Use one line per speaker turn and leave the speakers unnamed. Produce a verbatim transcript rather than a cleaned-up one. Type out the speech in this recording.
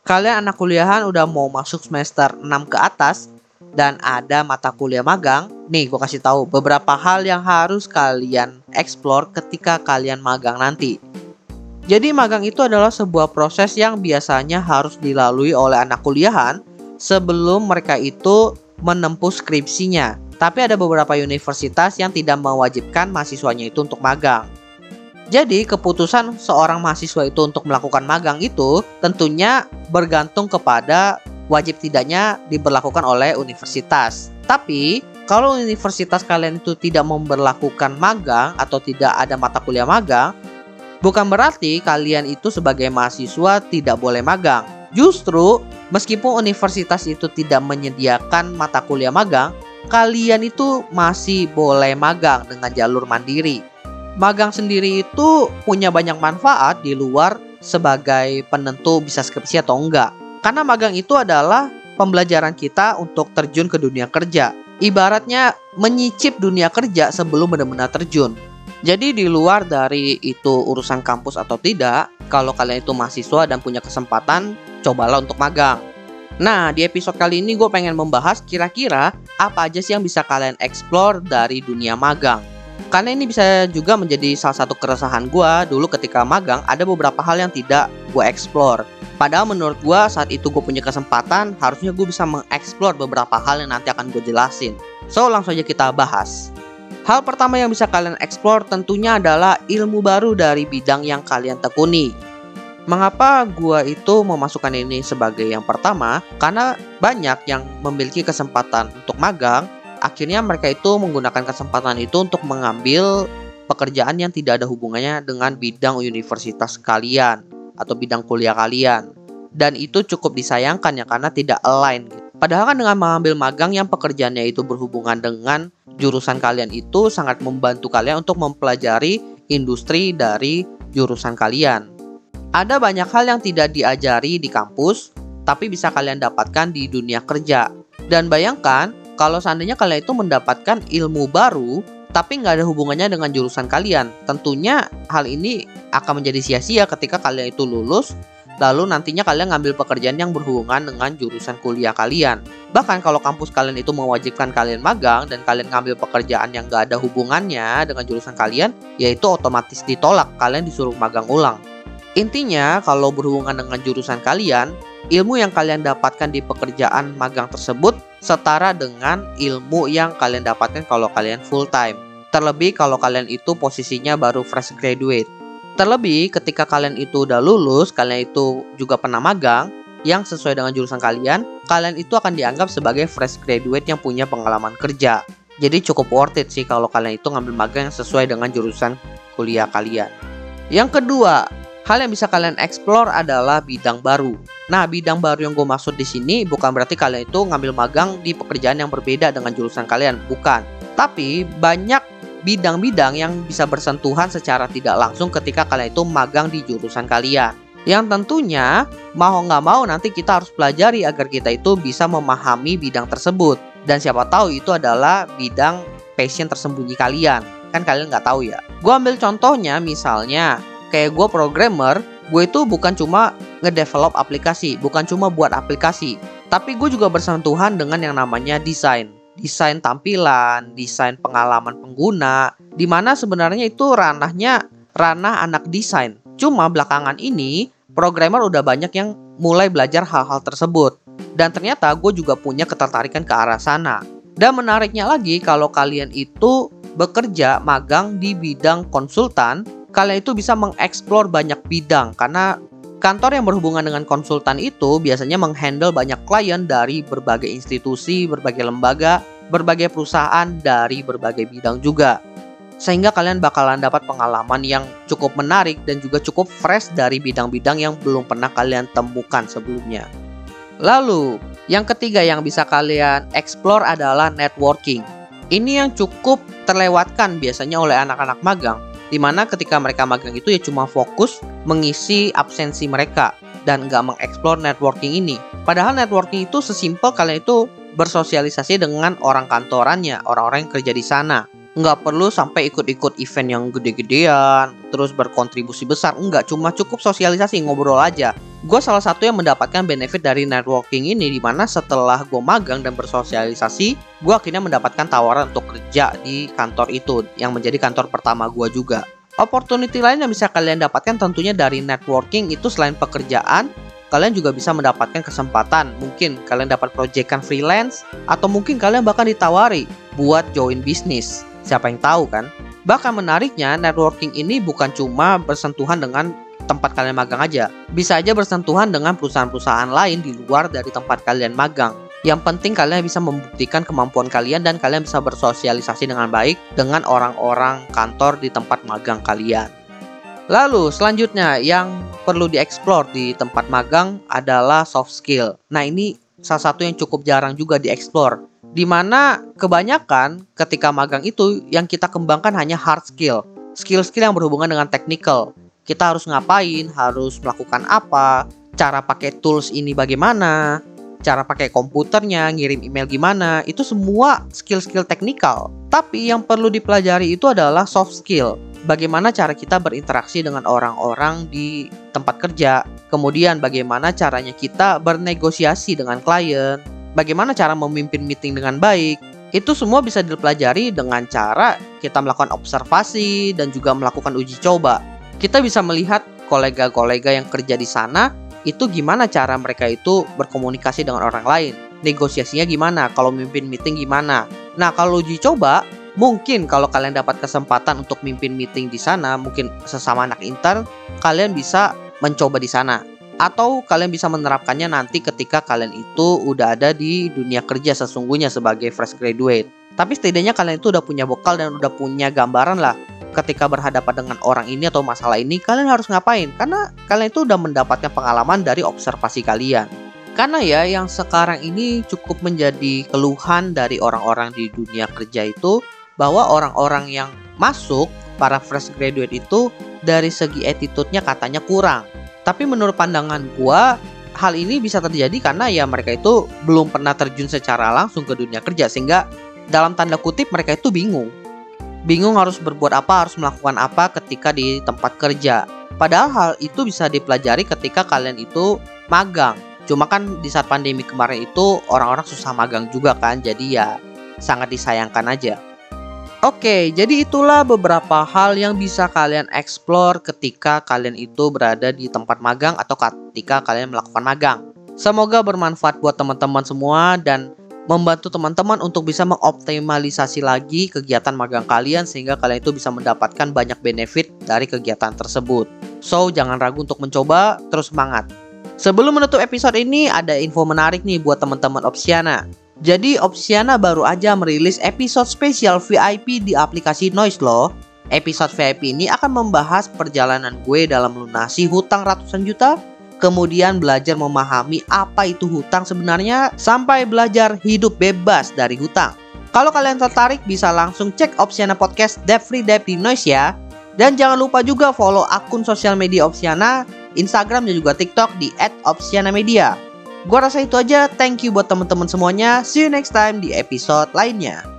kalian anak kuliahan udah mau masuk semester enam ke atas dan ada mata kuliah magang, nih gue kasih tahu beberapa hal yang harus kalian explore ketika kalian magang nanti. Jadi magang itu adalah sebuah proses yang biasanya harus dilalui oleh anak kuliahan sebelum mereka itu menempuh skripsinya. Tapi ada beberapa universitas yang tidak mewajibkan mahasiswanya itu untuk magang. Jadi keputusan seorang mahasiswa itu untuk melakukan magang itu tentunya bergantung kepada wajib tidaknya diberlakukan oleh universitas. Tapi kalau universitas kalian itu tidak memberlakukan magang atau tidak ada mata kuliah magang, bukan berarti kalian itu sebagai mahasiswa tidak boleh magang. Justru meskipun universitas itu tidak menyediakan mata kuliah magang, kalian itu masih boleh magang dengan jalur mandiri. Magang sendiri itu punya banyak manfaat di luar sebagai penentu bisa skripsi atau enggak. Karena magang itu adalah pembelajaran kita untuk terjun ke dunia kerja. Ibaratnya menyicip dunia kerja sebelum benar-benar terjun. Jadi di luar dari itu urusan kampus atau tidak, kalau kalian itu mahasiswa dan punya kesempatan, cobalah untuk magang. Nah, di episode kali ini gue pengen membahas kira-kira apa aja sih yang bisa kalian explore dari dunia magang. Karena ini bisa juga menjadi salah satu keresahan gue dulu ketika magang, ada beberapa hal yang tidak gue explore. Padahal menurut gue saat itu gue punya kesempatan, harusnya gue bisa mengeksplor beberapa hal yang nanti akan gue jelasin. So langsung aja kita bahas. Hal pertama yang bisa kalian explore tentunya adalah ilmu baru dari bidang yang kalian tekuni. Mengapa gue itu memasukkan ini sebagai yang pertama? Karena banyak yang memiliki kesempatan untuk magang, akhirnya mereka itu menggunakan kesempatan itu untuk mengambil pekerjaan yang tidak ada hubungannya dengan bidang universitas kalian atau bidang kuliah kalian. Dan itu cukup disayangkan ya karena tidak align gitu. Padahal kan dengan mengambil magang yang pekerjaannya itu berhubungan dengan jurusan kalian itu sangat membantu kalian untuk mempelajari industri dari jurusan kalian. Ada banyak hal yang tidak diajari di kampus, tapi bisa kalian dapatkan di dunia kerja. Dan bayangkan, kalau seandainya kalian itu mendapatkan ilmu baru, tapi nggak ada hubungannya dengan jurusan kalian, tentunya hal ini akan menjadi sia-sia ketika kalian itu lulus, lalu nantinya kalian ngambil pekerjaan yang berhubungan dengan jurusan kuliah kalian. Bahkan kalau kampus kalian itu mewajibkan kalian magang dan kalian ngambil pekerjaan yang nggak ada hubungannya dengan jurusan kalian, yaitu otomatis ditolak, kalian disuruh magang ulang. Intinya, kalau berhubungan dengan jurusan kalian, ilmu yang kalian dapatkan di pekerjaan magang tersebut setara dengan ilmu yang kalian dapatkan kalau kalian full time. Terlebih kalau kalian itu posisinya baru fresh graduate. Terlebih ketika kalian itu udah lulus, kalian itu juga pernah magang yang sesuai dengan jurusan kalian, kalian itu akan dianggap sebagai fresh graduate yang punya pengalaman kerja. Jadi cukup worth it sih kalau kalian itu ngambil magang yang sesuai dengan jurusan kuliah kalian. Yang kedua, hal yang bisa kalian explore adalah bidang baru. Nah, bidang baru yang gue maksud di sini bukan berarti kalian itu ngambil magang di pekerjaan yang berbeda dengan jurusan kalian, bukan. Tapi banyak bidang-bidang yang bisa bersentuhan secara tidak langsung ketika kalian itu magang di jurusan kalian. Yang tentunya mau nggak mau nanti kita harus pelajari agar kita itu bisa memahami bidang tersebut. Dan siapa tahu itu adalah bidang passion tersembunyi kalian. Kan kalian nggak tahu ya. Gue ambil contohnya misalnya kayak gue programmer, gue itu bukan cuma ngedevelop aplikasi, bukan cuma buat aplikasi, tapi gue juga bersentuhan dengan yang namanya desain. Desain tampilan, desain pengalaman pengguna, dimana sebenarnya itu ranahnya ranah anak desain. Cuma belakangan ini, programmer udah banyak yang mulai belajar hal-hal tersebut. Dan ternyata gue juga punya ketertarikan ke arah sana. Dan menariknya lagi, kalau kalian itu bekerja magang di bidang konsultan, kalian itu bisa mengeksplor banyak bidang karena kantor yang berhubungan dengan konsultan itu biasanya menghandle banyak klien dari berbagai institusi, berbagai lembaga, berbagai perusahaan dari berbagai bidang juga. Sehingga kalian bakalan dapat pengalaman yang cukup menarik dan juga cukup fresh dari bidang-bidang yang belum pernah kalian temukan sebelumnya. Lalu, yang ketiga yang bisa kalian explore adalah networking. Ini yang cukup terlewatkan biasanya oleh anak-anak magang, di mana ketika mereka magang itu ya cuma fokus mengisi absensi mereka dan nggak mengeksplor networking ini. Padahal networking itu sesimpel kalian itu bersosialisasi dengan orang kantorannya, orang-orang yang kerja di sana. Nggak perlu sampai ikut-ikut event yang gede-gedean, terus berkontribusi besar. Nggak, cuma cukup sosialisasi, ngobrol aja. Gue salah satu yang mendapatkan benefit dari networking ini, dimana setelah gue magang dan bersosialisasi, gue akhirnya mendapatkan tawaran untuk kerja di kantor itu, yang menjadi kantor pertama gue juga. Opportunity lain yang bisa kalian dapatkan tentunya dari networking itu selain pekerjaan, kalian juga bisa mendapatkan kesempatan. Mungkin kalian dapat proyekan freelance, atau mungkin kalian bahkan ditawari buat join bisnis. Siapa yang tahu kan? Bahkan menariknya, networking ini bukan cuma bersentuhan dengan tempat kalian magang aja. Bisa aja bersentuhan dengan perusahaan-perusahaan lain di luar dari tempat kalian magang. Yang penting kalian bisa membuktikan kemampuan kalian dan kalian bisa bersosialisasi dengan baik dengan orang-orang kantor di tempat magang kalian. Lalu selanjutnya yang perlu dieksplor di tempat magang adalah soft skill. Nah, ini salah satu yang cukup jarang juga dieksplor, dimana kebanyakan ketika magang itu yang kita kembangkan hanya hard skill, skill-skill yang berhubungan dengan technical. Kita harus ngapain, harus melakukan apa, cara pakai tools ini bagaimana, cara pakai komputernya, ngirim email gimana, itu semua skill-skill teknikal. Tapi yang perlu dipelajari itu adalah soft skill. Bagaimana cara kita berinteraksi dengan orang-orang di tempat kerja, kemudian bagaimana caranya kita bernegosiasi dengan klien, bagaimana cara memimpin meeting dengan baik. Itu semua bisa dipelajari dengan cara kita melakukan observasi dan juga melakukan uji coba. Kita bisa melihat kolega-kolega yang kerja di sana itu gimana cara mereka itu berkomunikasi dengan orang lain, negosiasinya gimana, kalau mimpin meeting gimana. Nah, kalau uji coba, mungkin kalau kalian dapat kesempatan untuk mimpin meeting di sana, mungkin sesama anak intern, kalian bisa mencoba di sana. Atau kalian bisa menerapkannya nanti ketika kalian itu udah ada di dunia kerja sesungguhnya sebagai fresh graduate. Tapi setidaknya kalian itu udah punya bekal dan udah punya gambaran lah. Ketika berhadapan dengan orang ini atau masalah ini, kalian harus ngapain? Karena kalian itu udah mendapatkan pengalaman dari observasi kalian. Karena ya, yang sekarang ini cukup menjadi keluhan dari orang-orang di dunia kerja itu, bahwa orang-orang yang masuk, para fresh graduate itu, dari segi attitude-nya katanya kurang. Tapi menurut pandangan gua, hal ini bisa terjadi karena ya mereka itu belum pernah terjun secara langsung ke dunia kerja, sehingga dalam tanda kutip mereka itu bingung. Bingung harus berbuat apa, harus melakukan apa ketika di tempat kerja. Padahal hal itu bisa dipelajari ketika kalian itu magang. Cuma kan di saat pandemi kemarin itu orang-orang susah magang juga kan, jadi ya sangat disayangkan aja. Oke, jadi itulah beberapa hal yang bisa kalian explore ketika kalian itu berada di tempat magang atau ketika kalian melakukan magang. Semoga bermanfaat buat teman-teman semua dan membantu teman-teman untuk bisa mengoptimalisasi lagi kegiatan magang kalian sehingga kalian itu bisa mendapatkan banyak benefit dari kegiatan tersebut. So, jangan ragu untuk mencoba, terus semangat. Sebelum menutup episode ini, ada info menarik nih buat teman-teman Opsiana. Jadi, Opsiana baru aja merilis episode spesial V I P di aplikasi Noise loh. Episode V I P ini akan membahas perjalanan gue dalam melunasi hutang ratusan juta, kemudian belajar memahami apa itu hutang sebenarnya, sampai belajar hidup bebas dari hutang. Kalau kalian tertarik bisa langsung cek Opsiana Podcast Debt Free Debt di Noise ya. Dan jangan lupa juga follow akun sosial media Opsiana, Instagram dan juga TikTok di et opsiana media. Gua rasa itu aja, thank you buat teman-teman semuanya. See you next time di episode lainnya.